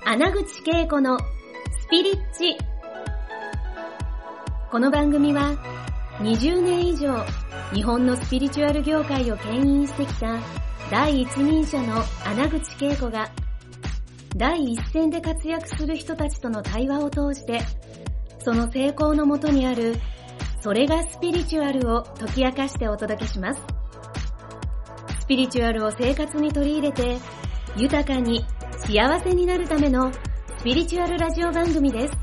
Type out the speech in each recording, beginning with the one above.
穴口恵子のスピリッチ。この番組は20年以上日本のスピリチュアル業界を牽引してきた第一人者の穴口恵子が第一線で活躍する人たちとの対話を通してその成功のもとにあるそれがスピリチュアルを解き明かしてお届けします。スピリチュアルを生活に取り入れて豊かに幸せになるためのスピリチュアルラジオ番組です。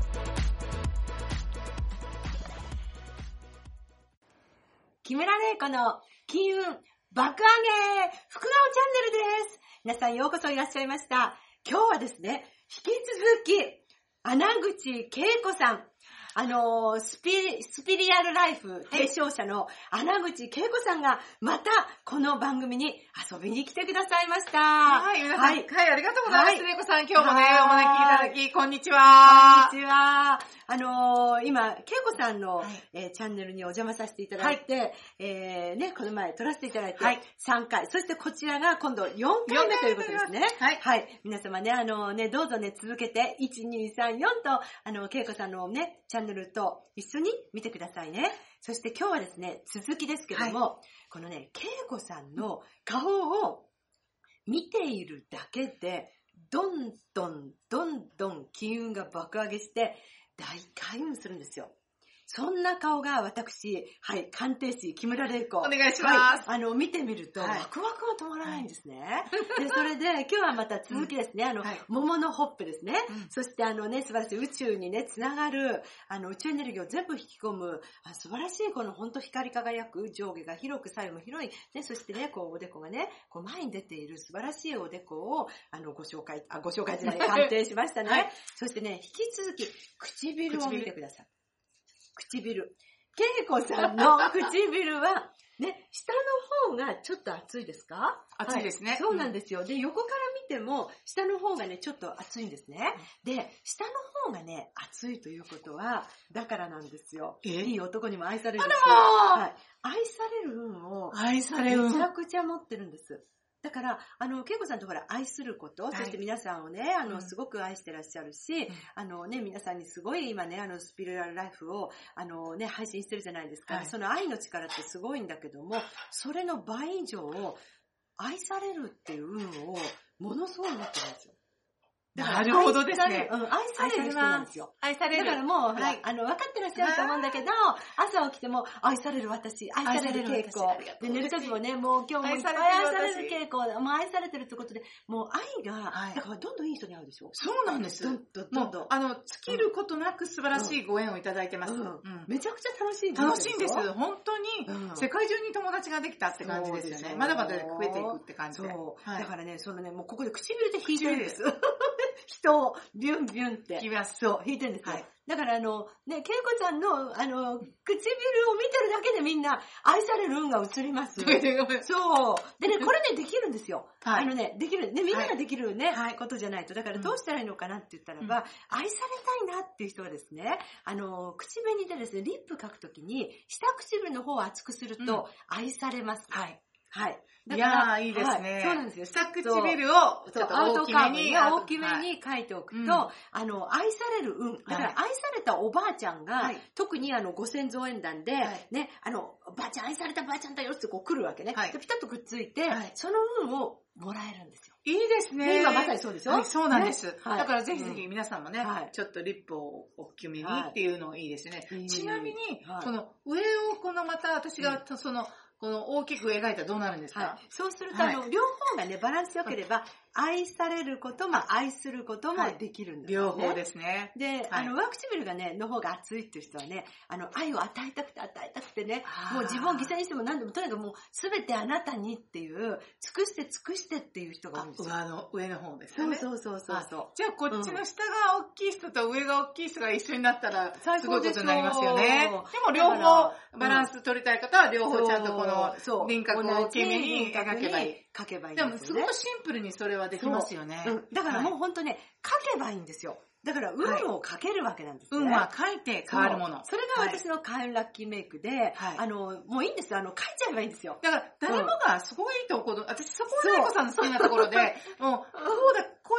木村玲子の金運爆上げ福直チャンネルです。皆さんようこそいらっしゃいました。今日はですね、引き続き穴口恵子さん、スピリアルライフ提唱者の穴口恵子さんがまたこの番組に遊びに来てくださいました。 はい、皆さん、はい、ありがとうございます。玲子さん、今日もね、お招きいただき、こんにちは。 こんにちは。今、恵子さんの、チャンネルにお邪魔させていただいて、この前撮らせていただいて、3回、そしてこちらが今度4回目ということですね。はい。皆様ね、どうぞね、続けて、1、2、3、4と、恵子さんのね、チャンネルと一緒に見てくださいね。そして今日はですね、続きですけども、このね、恵子さんの顔を見ているだけで、どんどん金運が爆上げして、大開運するんですよ。そんな顔が私、鑑定士、木村玲子。 お願いします。 見てみると、ワクワクが止まらないんですね。で、それで、今日はまた続きですね。桃のほっぺですね。そして素晴らしい宇宙にね、つながる、宇宙エネルギーを全部引き込む、素晴らしいこの本当光り輝く、上下が広く左右も広い、ね、そしてね、おでこがね、前に出ている素晴らしいおでこを、ご紹介じゃない、鑑定しましたね。そしてね、引き続き、唇を見てください。唇。恵子さんの唇は、ね、下の方がちょっと厚いですか？ 厚いですね。 そうなんですよ。で、横から見ても、下の方がね、ちょっと厚いんですね。で、下の方がね、厚いということは、だからなんですよ。いい男にも愛されるし、愛される運を、めちゃくちゃ持ってるんです。だから、恵子さんとほら、愛すること、そして皆さんをね、すごく愛してらっしゃるし、皆さんにすごい今ね、スピリチュアルライフを、配信してるじゃないですか。その愛の力ってすごいんだけども、それの倍以上、愛されるっていう運を、ものすごい持ってるんですよ。 なるほどですね。 愛される人なんですよ。 愛される。 だからもう、分かってらっしゃると思うんだけど、朝起きても、愛される私、愛される恵子。で、寝る時もね、もう今日もいっぱい愛される恵子。もう愛されてるってことで、もう愛が、だからどんどんいい人に会うでしょ？ そうなんです。 どんどん。 尽きることなく素晴らしいご縁をいただいてます。 めちゃくちゃ楽しいんです。 楽しいんです。本当に、世界中に友達ができたって感じですよね。まだまだ増えていくって感じで。 そう。だからね、もうここで唇で引いてるんです。人をビュンビュンって。そう、引いてるんですよ。だから恵子ちゃんの、唇を見てるだけでみんな愛される運が移ります。そう。でね、これね、できるんですよ。できる。ね、みんなができるね、ことじゃないと。だからどうしたらいいのかなって言ったらば、愛されたいなっていう人はですね、口紅でですね、リップ描くときに、下唇の方を厚くすると愛されます。 いやー、いいですね。 そうなんですよ。 下唇をちょっと大きめに書いておくと、愛される運。だから愛されたおばあちゃんが、特にご先祖縁談で、ね、ばあちゃん愛されたばあちゃんだよって来るわけね。で、ピタッとくっついて、その運をもらえるんですよ。 いいですね。 今まさにそうですよ。 そうなんです。だからぜひぜひ皆さんもね、ちょっとリップを大きめにっていうのいいですね。ちなみに、この上をまた私がこの大きく描いたらどうなるんですか？ そうすると、両方がね、バランス良ければ、愛されることも愛することもできるんですよね。 両方ですね。 で、上唇がね、の方が熱いっていう人はね、愛を与えたくてね、もう自分を犠牲にしても何でも、とにかくもう全てあなたにっていう、尽くしてっていう人が多いんですよ。 上の方ですよね。 そう。 じゃあこっちの下が大きい人と上が大きい人が一緒になったら、すごいことになりますよね。でも両方バランス取りたい方は両方ちゃんとこの輪郭を大きめに描けばいい。でもすごくシンプルにそれはできますよね。 だからもう本当ね、書けばいいんですよ。だから運をかけるわけなんですね。 運は書いて変わるもの。 それが私の開運ラッキーメイクで、もういいんですよ。書いちゃえばいいんですよ。 だから誰もがすごいいいところ、私そこは玲子さんの好きなところで、もうこう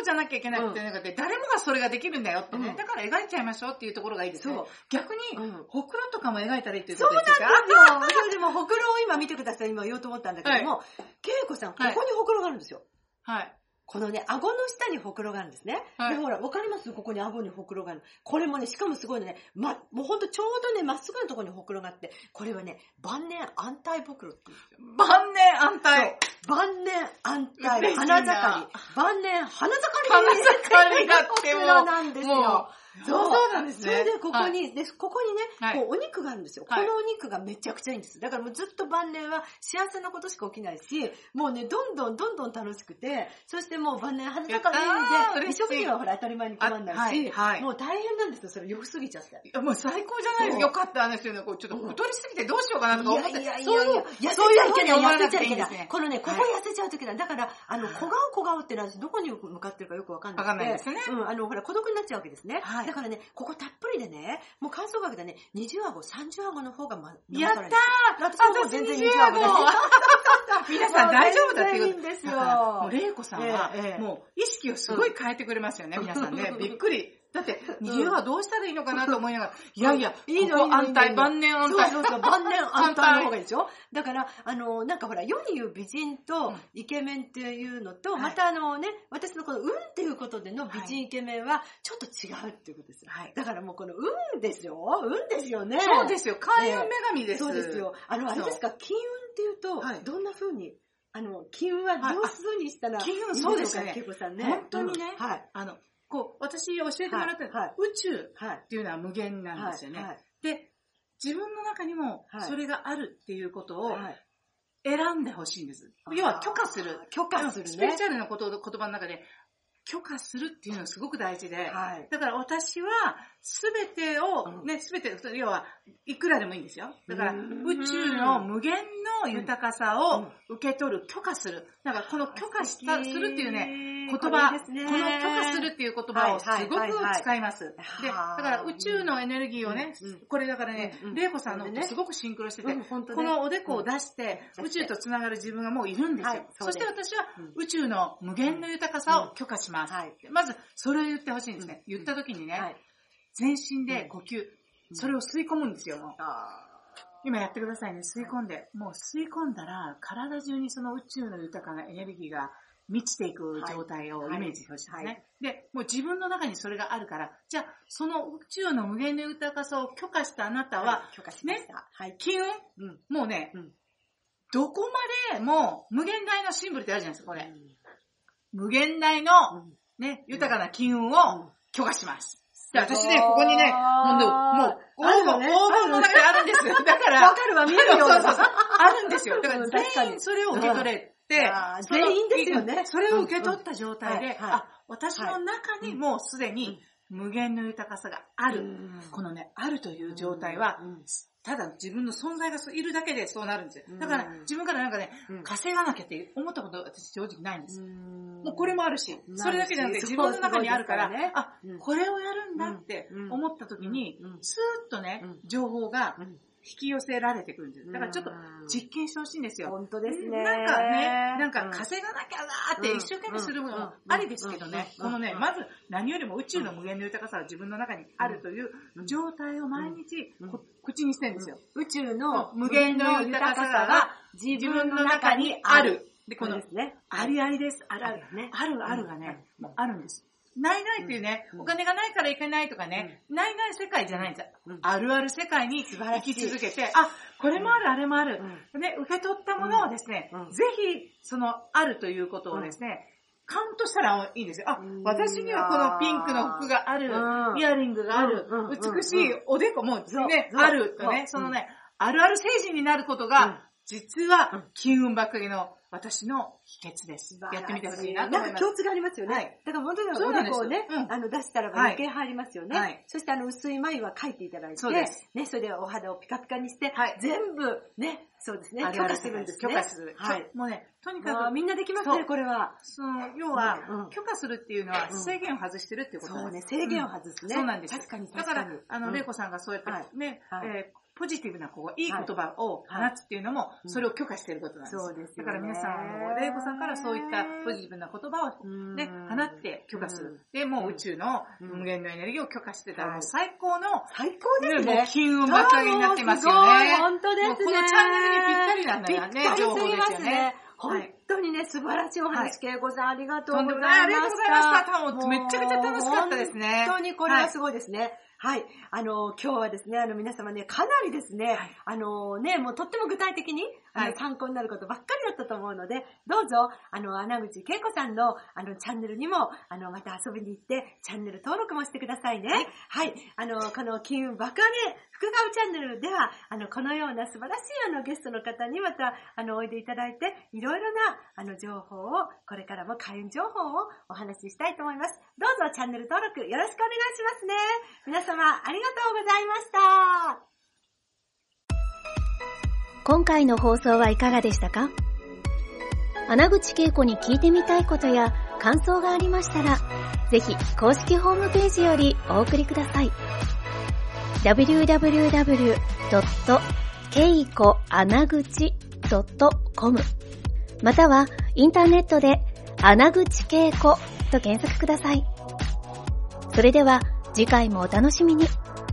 じゃなきゃいけないっていうので、誰もがそれができるんだよってね。だから描いちゃいましょうっていうところがいいですね。逆に、ほくろとかも描いたらいいっていうことですか？ そうなんですよ。それでもほくろを今見てください。今言おうと思ったんだけども、恵子さん、ここにほくろがあるんですよ。 はい。 このね、顎の下にほくろがあるんですね。で、ほら、わかります？ここに顎にほくろがある。これもね、しかもすごいね、もうほんとちょうどね、まっすぐのところにほくろがあって、これはね、晩年安泰ほくろって言うんですよ。 晩年安泰。 晩年安泰。花盛り。晩年花盛り。 花盛りだってもう。 なんですよ。 そうなんですね。 それでここに、ここにね、こうお肉があるんですよ。このお肉がめちゃくちゃいいんです。だからもうずっと晩年は幸せなことしか起きないし、もうね、どんどん楽しくて、そしてもう晩年花盛りで、食事はほら当たり前に困らないし、もう大変なんですよ、それ良すぎちゃって。 いや、もう最高じゃないですか。よかった話するの、ちょっと太りすぎてどうしようかなとか思って。 痩せちゃいけない。このね、ここ痩せちゃうときだ。だから、小顔ってのはどこに向かってるかよくわかんない。 わかんないですね。 ほら、孤独になっちゃうわけですね。だからね、ここたっぷりでね、もう乾燥額でね、20顎、30顎の方がやったー！ 私もう全然20顎です。 皆さん大丈夫だっていうことですよ。 もう、玲子さんは、もう、意識をすごい変えてくれますよね、皆さんね。びっくり。だって、20はどうしたらいいのかなと思いながら、いやいや、いいの安泰、晩年安泰。 そう、晩年安泰の方がいいでしょ。だから、なんかほら、世に言う美人とイケメンっていうのと、また私のこの運っていうことでの美人イケメンは、ちょっと違うっていうことですよ。だからもうこの運ですよ。運ですよね。 そうですよ。開運女神です。 そうですよ。あれですか、金運っていうと、どんな風に、金運はどうするにしたら、 金運そうですね。 恵子さんね。 本当にね、私教えてもらった宇宙っていうのは無限なんですよね。で、自分の中にもそれがあるっていうことを選んでほしいんです。要は許可する。スピリチュアルな言葉の中で、許可するっていうのがすごく大事で、だから私は全てを、全て、要はいくらでもいいんですよ。だから宇宙の無限の豊かさを受け取る、許可する。だからこの許可するっていうね、言葉、この許可するっていう言葉をすごく使います。で、だから宇宙のエネルギーをね、これだからね、玲子さんのとすごくシンクロしてて、このおでこを出して宇宙とつながる自分がもういるんですよ。そして私は宇宙の無限の豊かさを許可します。まず、それを言ってほしいんですね。言った時にね、全身で呼吸、それを吸い込むんですよ、もう。今やってくださいね、吸い込んで。もう吸い込んだら、体中にその宇宙の豊かなエネルギーが満ちていく状態をイメージしてほしいですね。で、もう自分の中にそれがあるから、じゃあ、その宇宙の無限の豊かさを許可したあなたは、ね、金運、もうね、どこまでも無限大のシンボルってあるじゃないですか、これ。無限大の、ね、豊かな金運を許可します。で、私ね、ここにね、もう、黄金の中にあるんですよ。だから、 わかるわ、見えるよ。 あるんですよ。だから全員それを受け取れて、 全員ですよね。 それを受け取った状態で、私の中にもうすでに無限の豊かさがある。このね、あるという状態は、ただ自分の存在がいるだけでそうなるんですよ。だから自分からなんかね、稼がなきゃって思ったこと私正直ないんです。もうこれもあるし、それだけじゃなくて自分の中にあるから、これをやるんだって思った時に、スーッとね、情報が引き寄せられてくるんです。だからちょっと実験してほしいんですよ。 本当ですね。 なんか稼がなきゃなーって一生懸命するのもありですけどね、このね、まず何よりも宇宙の無限の豊かさが自分の中にあるという状態を毎日口にしてるんですよ。 宇宙の無限の豊かさが自分の中にある。で、この、ありありです。あるがね、あるんです。ないないっていうね、お金がないからいけないとかね、ないない世界じゃないんですよ。あるある世界に生き続けて、これもある、あれもある。ね、受け取ったものをですね、ぜひ、その、あるということをですね、カウントしたらいいんですよ。私にはこのピンクの服がある、イヤリングがある、美しいおでこもね、あるとね、そのね、あるある成人になることが、実は、金運ばっかりの私の秘訣です。やってみてほしいなと思います。 なんか共通がありますよね。だから本当におでこをね、出したら余計入りますよね。そして薄い眉は描いていただいて、ね、それでお肌をピカピカにして、全部、ね、そうですね、許可するんですね。 許可する。もうね、とにかく。 みんなできますね、これは。 要は、許可するっていうのは制限を外してるっていうことなんです。 そうね、制限を外すね。 そうなんです。 確かに。 だから、玲子さんがそうやってね、ポジティブないい言葉を放つっていうのも、それを許可していることなんです。 そうです。 だから皆さん、玲子さんからそういったポジティブな言葉をね、放って許可する。で、もう宇宙の無限のエネルギーを許可してたら、もう最高ですね。もう金運ばっかりになってますよね。 本当ですね。 このチャンネルにぴったりなんだよね、情報ですよね。 本当にね、素晴らしいお話、恵子さんありがとうございました。 ありがとうございました。めちゃくちゃ楽しかったですね。 本当にこれはすごいですね。はい。今日はですね、皆様ね、かなりですね、もうとっても具体的に、参考になることばっかりだったと思うので、どうぞ、穴口恵子さんの、チャンネルにも、また遊びに行って、チャンネル登録もしてくださいね。はい。この金運爆上げ、福顔チャンネルでは、このような素晴らしいゲストの方にまた、おいでいただいて、いろいろな、情報を、これからも開運情報をお話ししたいと思います。どうぞチャンネル登録よろしくお願いしますね。皆様、ありがとうございました。 今回の放送はいかがでしたか？穴口恵子に聞いてみたいことや感想がありましたら、ぜひ公式ホームページよりお送りください。www.keikoanaguchi.com またはインターネットで穴口恵子と検索ください。それでは次回もお楽しみに。